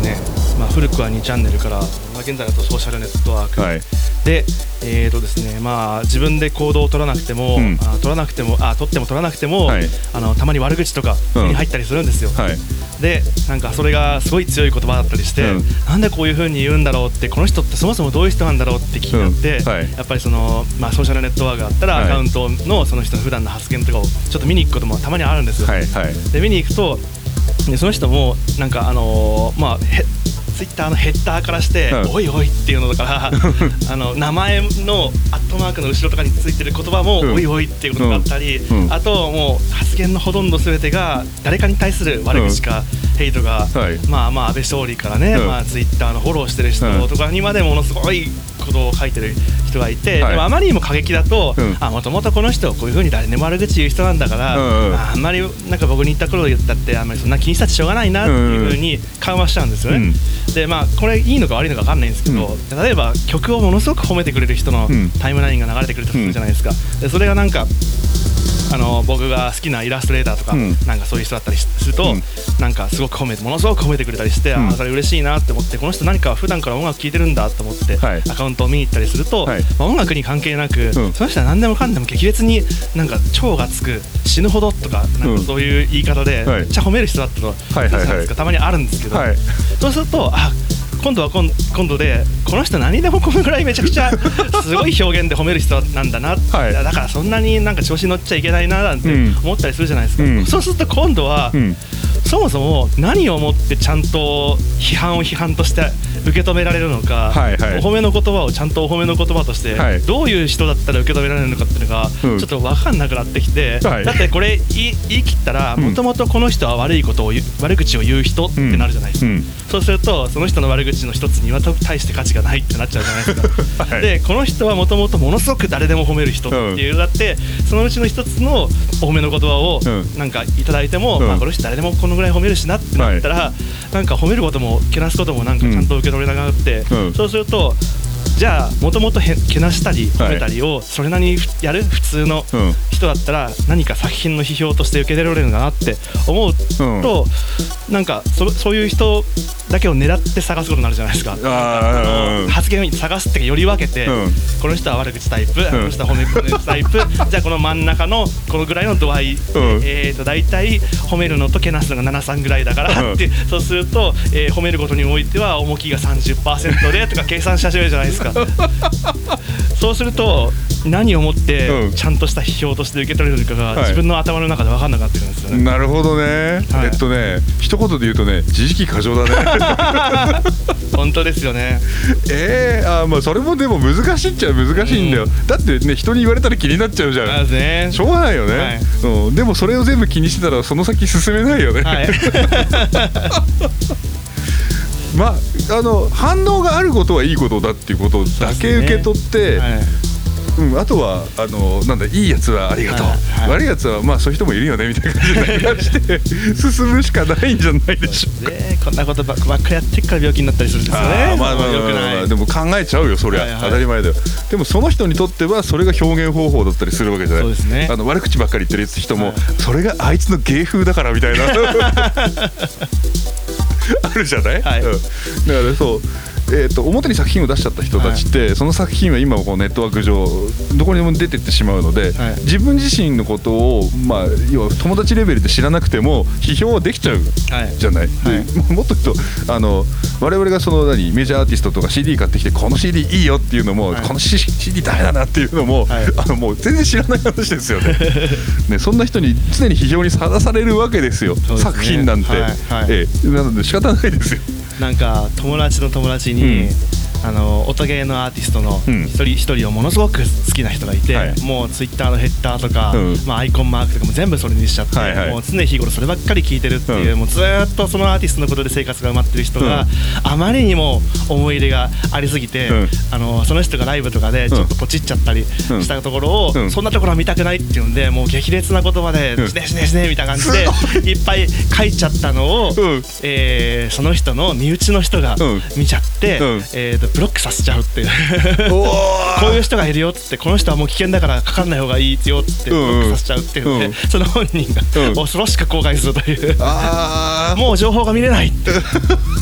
ね、古くは2チャンネルから、現在だとソーシャルネットワーク、はい、で、ですね、自分で行動を取らなくても、取っても取らなくても、はい、たまに悪口とかに入ったりするんですよ、はい、でなんかそれがすごい強い言葉だったりして、なんでこういう風に言うんだろうって、この人ってそもそもどういう人なんだろうって気になって、はい、やっぱりその、ソーシャルネットワークがあったら、アカウントのその人の普段の発言とかをちょっと見に行くこともたまにあるんですよ、はいはい、で見に行くとでその人もなんかツイッターのヘッダーからして、おいおいっていうのだから名前のアットマークの後ろとかについてる言葉も、おいおいっていうことがあったり、あともう発言のほとんど全てが誰かに対する悪口か、ヘイトが、安倍勝利からね、ツイッターのフォローしてる人とかにまでものすごいことを書いてる人がいて、でもあまりにも過激だと、もともとこの人こういう風に誰でも悪口言う人なんだから、あんまりなんか僕に言ったことを言ったってあんまりそんな気にしたってしょうがないなっていう風に緩和しちゃうんですよね、でこれいいのか悪いのか分かんないんですけど、例えば曲をものすごく褒めてくれる人のタイムラインが流れてくるとするじゃないですか、でそれがなんか僕が好きなイラストレーターとか、なんかそういう人だったりすると、なんかすごくものすごく褒めてくれたりして、それ嬉しいなって思って、この人何か普段から音楽聴いてるんだと思って、アカウントを見に行ったりすると、音楽に関係なく、その人は何でもかんでも激烈になんか超がつく死ぬほどとか、なんかそういう言い方でめっちゃ褒める人だったとたまにあるんですけど、そうすると今度は今度でこの人何でもこのぐらいめちゃくちゃすごい表現で褒める人なんだな、だからそんなになんか調子に乗っちゃいけないななんて思ったりするじゃないですか、そうすると今度は、そもそも何をもってちゃんと批判を批判として受け止められるのか、お褒めの言葉をちゃんとお褒めの言葉として、どういう人だったら受け止められるのかっていうのがちょっと分かんなくなってきて、だってこれ言い切ったらもともとこの人は悪口を言う人ってなるじゃないですか、そうするとその人の悪口の一つには大して価値がないってなっちゃうじゃないですかでこの人はもともとものすごく誰でも褒める人っていうのがあって、そのうちの一つのお褒めの言葉をなんかいただいても、この人誰でもこのぐらい褒めるしなってなったら、なんか褒めることもけなすこともなんかちゃんと受け取れなくなって、そうするとじゃあもともとけなしたり褒めたりをそれなりにやる普通の人だったら何か作品の批評として受け入れられるんだなって思うと、なんかそういう人だけを狙って探すことになるじゃないですか。発言を探すってより分けて、この人は悪口タイプ、この人は褒めタイプじゃあこの真ん中のこのぐらいの度合い、だいたい褒めるのとけなすのが 7,3 ぐらいだからって、そうすると、褒めることにおいては重きが 30% でとか計算し始めるじゃないですかそうすると何をもってちゃんとした批評として受け取れるかが自分の頭の中で分かんなくなってくるんですよね。 なるほどね、一言で言うとね、自意識過剰だね本当ですよね。 それもでも難しいっちゃ難しいんだよ、だってね、人に言われたら気になっちゃうじゃん、しょうがないよね、でもそれを全部気にしてたらその先進めないよね、反応があることはいいことだっていうことだけ受け取って、あとはいいやつはありがとう、悪いやつはそういう人もいるよねみたいな感じになして進むしかないんじゃないでしょうか。 こんなことばっかりやってっから病気になったりするんですよね。 でも考えちゃうよ、そりゃ当たり前だよ。でもその人にとってはそれが表現方法だったりするわけじゃない。そうですね、悪口ばっかり言ってる人も、それがあいつの芸風だからみたいなあるじゃない、だからそう表に作品を出しちゃった人たちって、その作品は今こうネットワーク上どこにでも出てってしまうので、自分自身のことを、要は友達レベルで知らなくても批評はできちゃうじゃない、もっと言うと我々がメジャーアーティストとか CD 買ってきてこの CD いいよっていうのも、この CD ダメだなっていうのも、もう全然知らない話ですよねそんな人に常に批評にさらされるわけですよ、作品なんて、なので仕方ないですよ。 なんか友達の友達に、音ゲーのアーティストの一人をものすごく好きな人がいて、もうツイッターのヘッダーとか、アイコンマークとかも全部それにしちゃって、もう常日頃そればっかり聞いてるっていう、もうずっとそのアーティストのことで生活が埋まってる人が、あまりにも思い入れがありすぎて、その人がライブとかでちょっとポチっちゃったりしたところを、そんなところは見たくないっていうんで、もう激烈な言葉で「しねしねしね」みたいな感じでいっぱい書いちゃったのを、その人の身内の人が見ちゃって、ブロックさせちゃうっていうこういう人がいるよっつって、この人はもう危険だからかかんない方がいいよっつってブロックさせちゃうっていうので、その本人が恐ろしく後悔するというもう情報が見れないって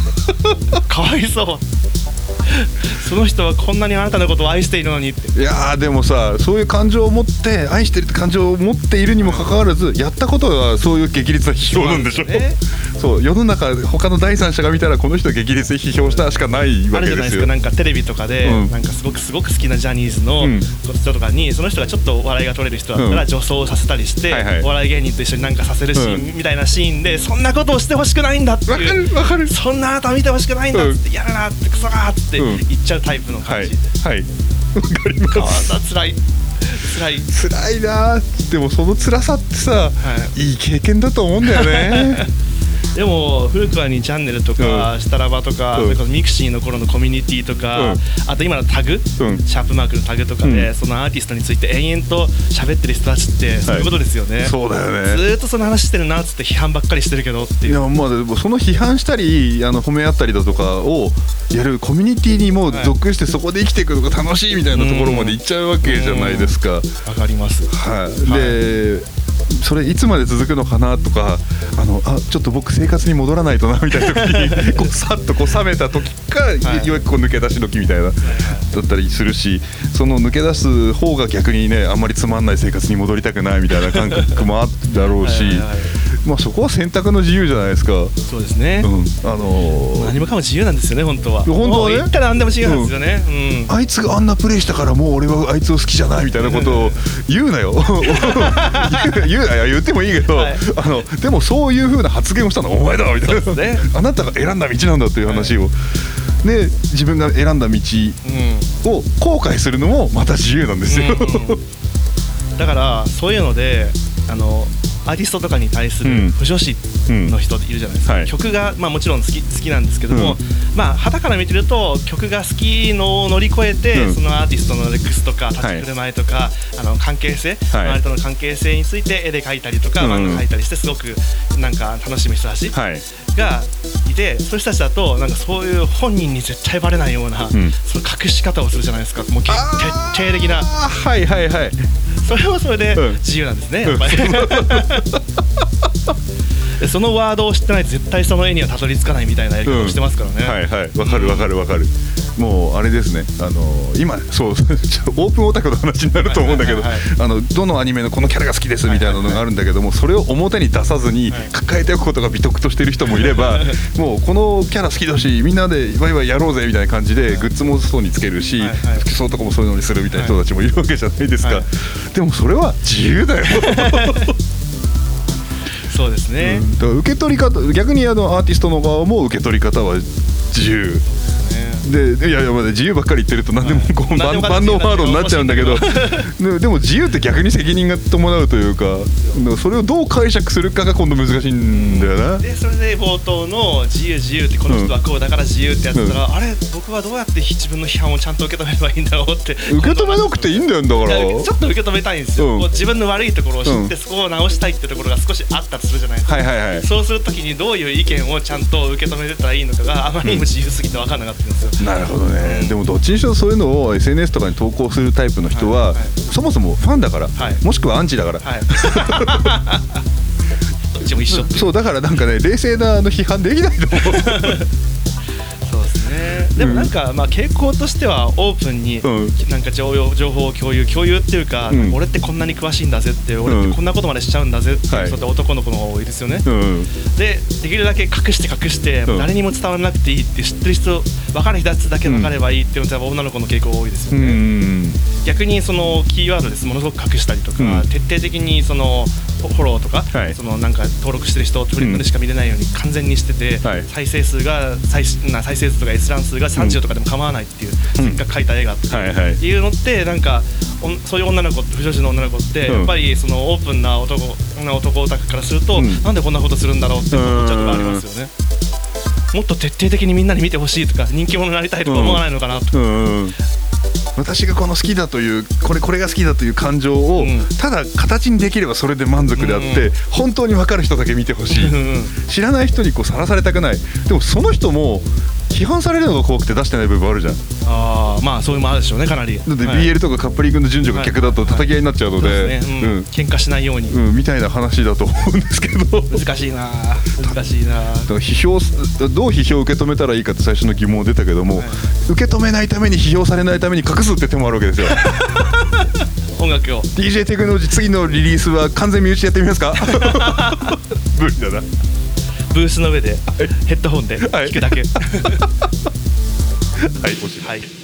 かわいそうその人はこんなにあなたのことを愛しているのにって。 いやでもさ、そういう感情を持って愛してるって感情を持っているにもかかわらず、やったことがそういう激烈な批評なんでしょ。そう世の中他の第三者が見たらこの人は激烈に批評したしかないわけですよ。 あるじゃないですか、なんかテレビとかで、なんかすごく好きなジャニーズの人とかに、その人がちょっと笑いが取れる人だったら女装させたりして、お笑い芸人と一緒になんかさせるシーンみたいなシーンで、そんかんなことをしてほしくないんだっていう、 わかるそんなあなた見てほしくないんだって、やるなってクソがって言っちゃうタイプの感じ。 はい、わかります。 辛いな。でもその辛さってさ、いい経験だと思うんだよねでも古川にチャンネルとかスタラバとか、それこそミクシーの頃のコミュニティとか、あと今のタグ、シャープマークのタグとかで、そのアーティストについて延々と喋ってる人たちってそういうことですよね。 そうだよね。 ずっとその話してるなっつって批判ばっかりしてるけどっていう。 いやまあでもその批判したり褒め合ったりだとかをやるコミュニティにも属してそこで生きていくのが楽しいみたいなところまで行っちゃうわけじゃないですか。わかります。 でそれいつまで続くのかなとか、ちょっと僕生活に戻らないとなみたいな時にこうさっとこう冷めた時か、ようやくこう抜け出し時みたいなだったりするし、その抜け出す方が逆にね、あんまりつまんない生活に戻りたくないみたいな感覚もあるだろうしまあそこは選択の自由じゃないですか。 そうですね、何もかも自由なんですよね、本当は。 本当はね、 言ったら何でも自由なんですよね。 あいつがあんなプレイしたからもう俺はあいつを好きじゃないみたいなことを言うなよ言ってもいいけど、でもそういう風な発言をしたのはお前だみたいな、あなたが選んだ道なんだっていう話を、で自分が選んだ道を後悔するのもまた自由なんですよ。 だからそういうのでアーティストとかに対する不女子の人いるじゃないですか、曲が、もちろん好きなんですけども、傍から見てると曲が好きのを乗り越えて、そのアーティストのルックスとか立ち振る舞いとか、関係性、周りとの関係性について絵で描いたりとか、漫画描いたりしてすごくなんか楽しむ人たちがいて、そういう人たちだとなんかそういう本人に絶対バレないような、その隠し方をするじゃないですか。もう徹底的な。それはそれで自由なんですね、やっぱりそのワードを知ってないと絶対その絵にはたどり着かないみたいなやり方をしてますからね。 わかる。もうあれですね、今そうオープンオタクの話になると思うんだけど、どのアニメのこのキャラが好きですみたいなのがあるんだけども、それを表に出さずに抱えておくことが美徳としてる人もいれば、もうこのキャラ好きだしみんなでワイワイやろうぜみたいな感じでグッズもそうにつけるし、服装とかもそういうのにするみたいな人たちもいるわけじゃないですか。でもそれは自由だよそうですね、 だから受け取り方、逆にアーティストの側も受け取り方は自由で、いや自由ばっかり言ってると何でもこう万能ワードになっちゃうんだけどでも自由って逆に責任が伴うというか、それをどう解釈するかが今度難しいんだよな。 でそれで冒頭の自由ってこの人はこうだから自由ってやつだから、あれ僕はどうやって自分の批判をちゃんと受け止めればいいんだろうって。 受け止めなくていいんだよ、だからちょっと受け止めたいんですよ、自分の悪いところを知ってそこを直したいってところが少しあったとするじゃないですか。そうするときにどういう意見をちゃんと受け止めれたらいいのかがあまりにも自由すぎて分かんなかったんですよ。 なるほどね、でもどっちにしろそういうのを SNS とかに投稿するタイプの人は、そもそもファンだから、もしくはアンチだから、 どっちも一緒っていう。 そうだからなんかね、冷静な批判できないと思うそうですね。でもなんか傾向としてはオープンになんか情報を共有っていうか、俺ってこんなに詳しいんだぜって、俺ってこんなことまでしちゃうんだぜっていう人って男の子の方が多いですよね。できるだけ隠して誰にも伝わらなくていいって知ってる人、分かる人だけ分かればいいっていうのは女の子の傾向が多いですよね。逆にそのキーワードですものすごく隠したりとか、徹底的にそのフォローとか、そのなんか登録してる人をフリップでしか見れないように完全にしてて、再生数とか閲覧数が30とかでも構わないっていう、せっかく描いた絵がっていうのって、なんかそういう女の子、不女子の女の子ってやっぱりそのオープンな男オタクからすると、なんでこんなことするんだろうって思っちゃうとこありますよね。もっと徹底的にみんなに見てほしいとか人気者になりたいとか思わないのかなと。 私がこの好きだというこれが好きだという感情をただ形にできればそれで満足であって、本当に分かる人だけ見てほしい、知らない人にさらされたくない。でもその人も批批判されるのが怖くて出してない部分あるじゃん。 まあそういうのもあるでしょうね、かなり。 だって BL とかカップリングの順序が逆だと叩き合いになっちゃうので、 喧嘩しないように、 みたいな話だと思うんですけど、 難しいな。だからどう批評を受け止めたらいいかって最初の疑問出たけども、受け止めないために批評されないために隠すって手もあるわけですよ。 音楽を DJ テクノロジー次のリリースは完全身内でやってみますか？無理だな。 ブースの上でヘッドホンで聴くだけ。 はい、おしまい。